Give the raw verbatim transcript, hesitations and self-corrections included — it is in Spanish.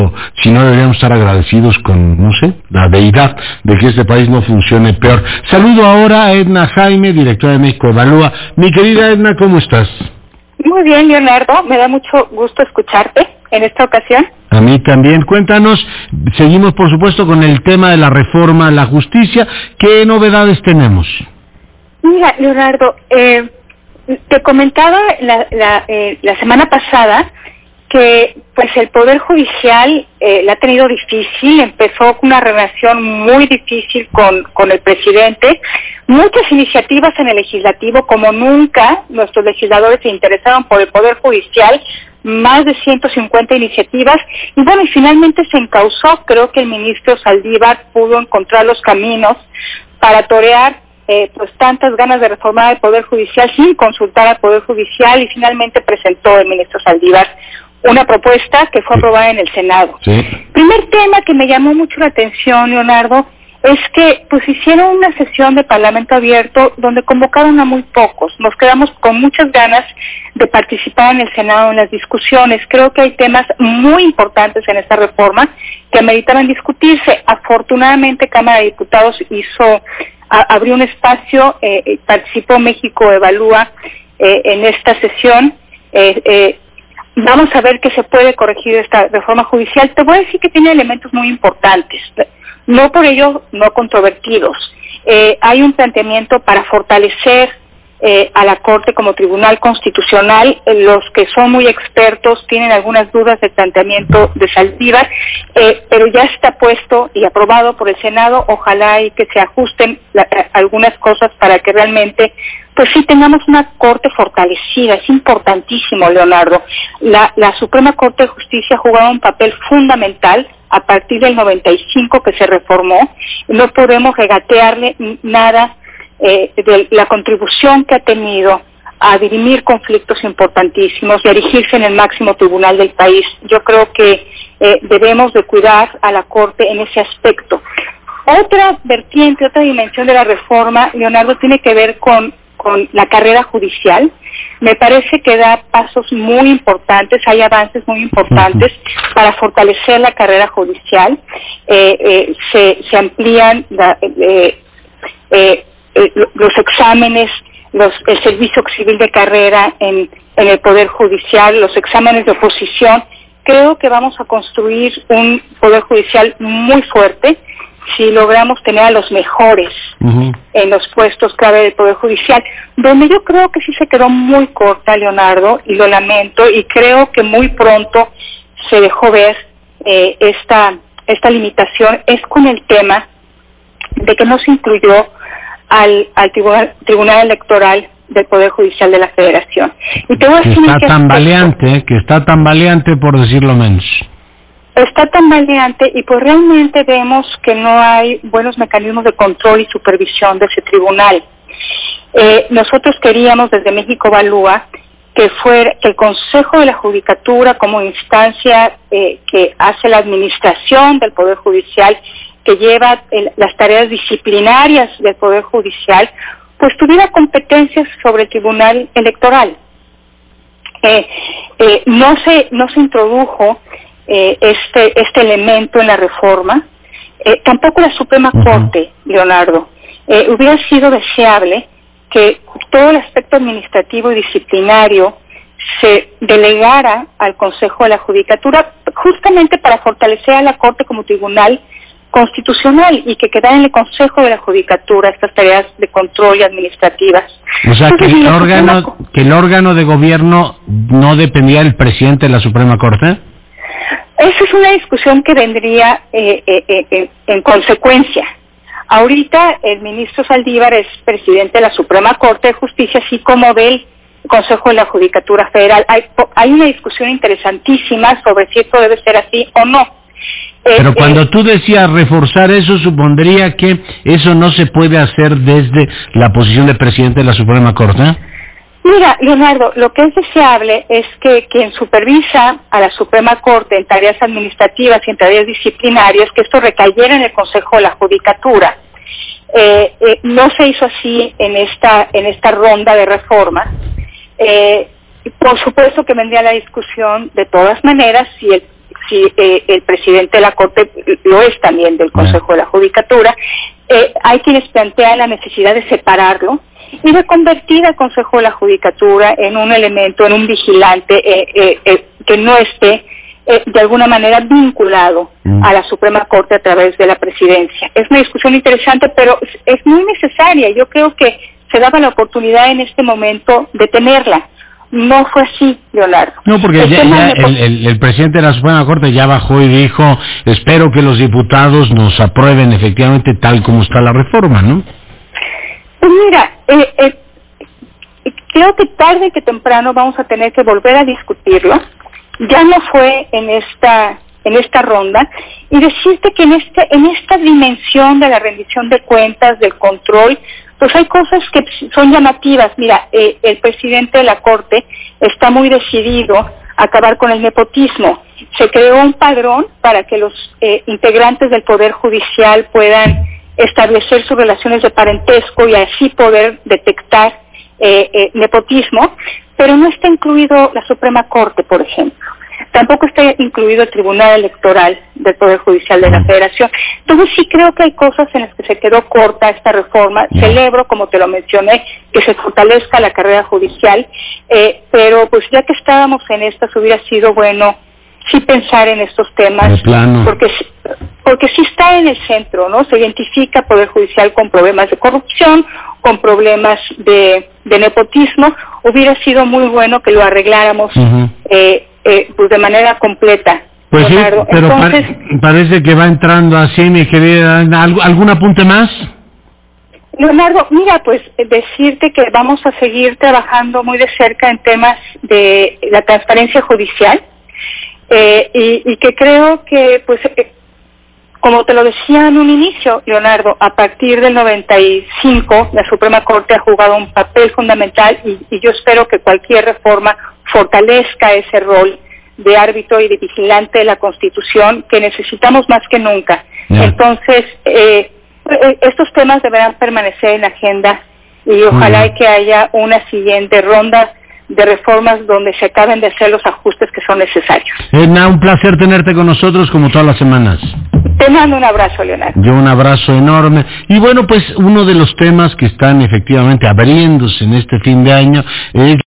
si no deberíamos estar agradecidos con, no sé, la deidad de que este país no funcione peor. Saludo ahora a Edna Jaime, directora de México Evalúa. Mi querida Edna, ¿cómo estás? Muy bien, Leonardo, me da mucho gusto escucharte en esta ocasión. A mí también. Cuéntanos, seguimos por supuesto con el tema de la reforma a la justicia. ¿Qué novedades tenemos? Mira, Leonardo, eh, te comentaba la, la, eh, la semana pasada que pues el Poder Judicial eh, la ha tenido difícil, empezó con una relación muy difícil con, con el presidente, muchas iniciativas en el legislativo, como nunca nuestros legisladores se interesaron por el Poder Judicial, más de ciento cincuenta iniciativas, y bueno, y finalmente se encauzó. Creo que el ministro Saldívar pudo encontrar los caminos para torear eh, pues tantas ganas de reformar el Poder Judicial sin consultar al Poder Judicial, y finalmente presentó el ministro Saldívar una propuesta que fue aprobada en el Senado. Sí. Primer tema que me llamó mucho la atención, Leonardo, es que pues hicieron una sesión de Parlamento abierto donde convocaron a muy pocos. Nos quedamos con muchas ganas de participar en el Senado en las discusiones. Creo que hay temas muy importantes en esta reforma que ameritaban discutirse. Afortunadamente, Cámara de Diputados hizo, a, abrió un espacio, eh, participó México Evalúa eh, en esta sesión. Eh, eh, Vamos a ver qué se puede corregir esta reforma judicial. Te voy a decir que tiene elementos muy importantes, no por ello no controvertidos. Eh, hay un planteamiento para fortalecer eh, a la Corte como tribunal constitucional. Eh, los que son muy expertos tienen algunas dudas del planteamiento de Saldívar, eh, pero ya está puesto y aprobado por el Senado. Ojalá y que se ajusten la, algunas cosas para que realmente pues sí tengamos una Corte fortalecida. Es importantísimo, Leonardo. La, la Suprema Corte de Justicia jugaba un papel fundamental a partir del noventa y cinco que se reformó. No podemos regatearle nada eh, de la contribución que ha tenido a dirimir conflictos importantísimos y a erigirse en el máximo tribunal del país. Yo creo que eh, debemos de cuidar a la Corte en ese aspecto. Otra vertiente, otra dimensión de la reforma, Leonardo, tiene que ver con con la carrera judicial. Me parece que da pasos muy importantes, hay avances muy importantes para fortalecer la carrera judicial. Eh, eh, se, se amplían la, eh, eh, eh, los exámenes, los, el servicio civil de carrera en, en el Poder Judicial, los exámenes de oposición. Creo que vamos a construir un Poder Judicial muy fuerte si logramos tener a los mejores uh-huh. en los puestos clave del Poder Judicial. Donde yo creo que sí se quedó muy corta, Leonardo, y lo lamento, y creo que muy pronto se dejó ver eh, esta esta limitación, es con el tema de que no se incluyó al, al tribunal, tribunal Electoral del Poder Judicial de la Federación. Y te voy a que decir está que tambaleante, eh, que está tambaleante por decirlo menos. Está tambaleante y pues realmente vemos que no hay buenos mecanismos de control y supervisión de ese tribunal. Eh, nosotros queríamos desde México Evalúa que fuera que el Consejo de la Judicatura como instancia eh, que hace la administración del Poder Judicial, que lleva el, las tareas disciplinarias del Poder Judicial, pues tuviera competencias sobre el Tribunal Electoral. Eh, eh, no se no se introdujo Eh, este este elemento en la reforma, eh, tampoco la Suprema uh-huh. Corte, Leonardo. Eh, hubiera sido deseable que todo el aspecto administrativo y disciplinario se delegara al Consejo de la Judicatura, justamente para fortalecer a la Corte como tribunal constitucional y que quedara en el Consejo de la Judicatura estas tareas de control y administrativas. O sea, Entonces, que el órgano Suprema... que el órgano de gobierno no dependía del presidente de la Suprema Corte. Esa es una discusión que vendría eh, eh, eh, en consecuencia. Ahorita el ministro Saldívar es presidente de la Suprema Corte de Justicia, así como del Consejo de la Judicatura Federal. Hay, hay una discusión interesantísima sobre si esto debe ser así o no. Eh, Pero cuando eh, tú decías reforzar eso, supondría que eso no se puede hacer desde la posición de presidente de la Suprema Corte. Mira, Leonardo, lo que es deseable es que quien supervisa a la Suprema Corte en tareas administrativas y en tareas disciplinarias, que esto recayera en el Consejo de la Judicatura. Eh, eh, no se hizo así en esta en esta ronda de reforma. Eh, por supuesto que vendría la discusión de todas maneras si el si eh, el presidente de la Corte lo es también del Consejo de la Judicatura, eh, hay quienes plantean la necesidad de separarlo y de convertir al Consejo de la Judicatura en un elemento, en un vigilante eh, eh, eh, que no esté eh, de alguna manera vinculado mm. a la Suprema Corte a través de la presidencia. Es una discusión interesante, pero es muy necesaria. Yo creo que se daba la oportunidad en este momento de tenerla. No fue así, Leonardo. No, porque el, ya, ya el, el, el presidente de la Suprema Corte ya bajó y dijo, espero que los diputados nos aprueben efectivamente tal como está la reforma, ¿no? Pues mira, eh, eh, creo que tarde que temprano vamos a tener que volver a discutirlo. Ya no fue en esta en esta ronda, y decirte que en este en esta dimensión de la rendición de cuentas, del control, pues hay cosas que son llamativas. Mira, eh, el presidente de la Corte está muy decidido a acabar con el nepotismo. Se creó un padrón para que los eh, integrantes del Poder Judicial puedan establecer sus relaciones de parentesco y así poder detectar eh, eh, nepotismo, pero no está incluido la Suprema Corte, por ejemplo. Tampoco está incluido el Tribunal Electoral del Poder Judicial de la Federación. Entonces sí creo que hay cosas en las que se quedó corta esta reforma. Yeah. Celebro, como te lo mencioné, que se fortalezca la carrera judicial, eh, pero pues ya que estábamos en estas, hubiera sido bueno sí pensar en estos temas, porque porque sí está en el centro, ¿no? Se identifica Poder Judicial con problemas de corrupción, con problemas de, de nepotismo. Hubiera sido muy bueno que lo arregláramos uh-huh. eh, eh, pues de manera completa. Pues Leonardo. Sí, pero Entonces, pa- parece que va entrando así, mi querida. ¿Algún apunte más? Leonardo, mira, pues decirte que vamos a seguir trabajando muy de cerca en temas de la transparencia judicial. Eh, y, y que creo que, pues, eh, como te lo decía en un inicio, Leonardo, a partir del noventa y cinco la Suprema Corte ha jugado un papel fundamental y, y yo espero que cualquier reforma fortalezca ese rol de árbitro y de vigilante de la Constitución que necesitamos más que nunca. Yeah. Entonces, eh, estos temas deberán permanecer en la agenda y ojalá mm. que haya una siguiente ronda de reformas donde se acaben de hacer los ajustes que son necesarios. Edna, un placer tenerte con nosotros como todas las semanas. Te mando un abrazo, Leonardo. Yo un abrazo enorme. Y bueno, pues uno de los temas que están efectivamente abriéndose en este fin de año es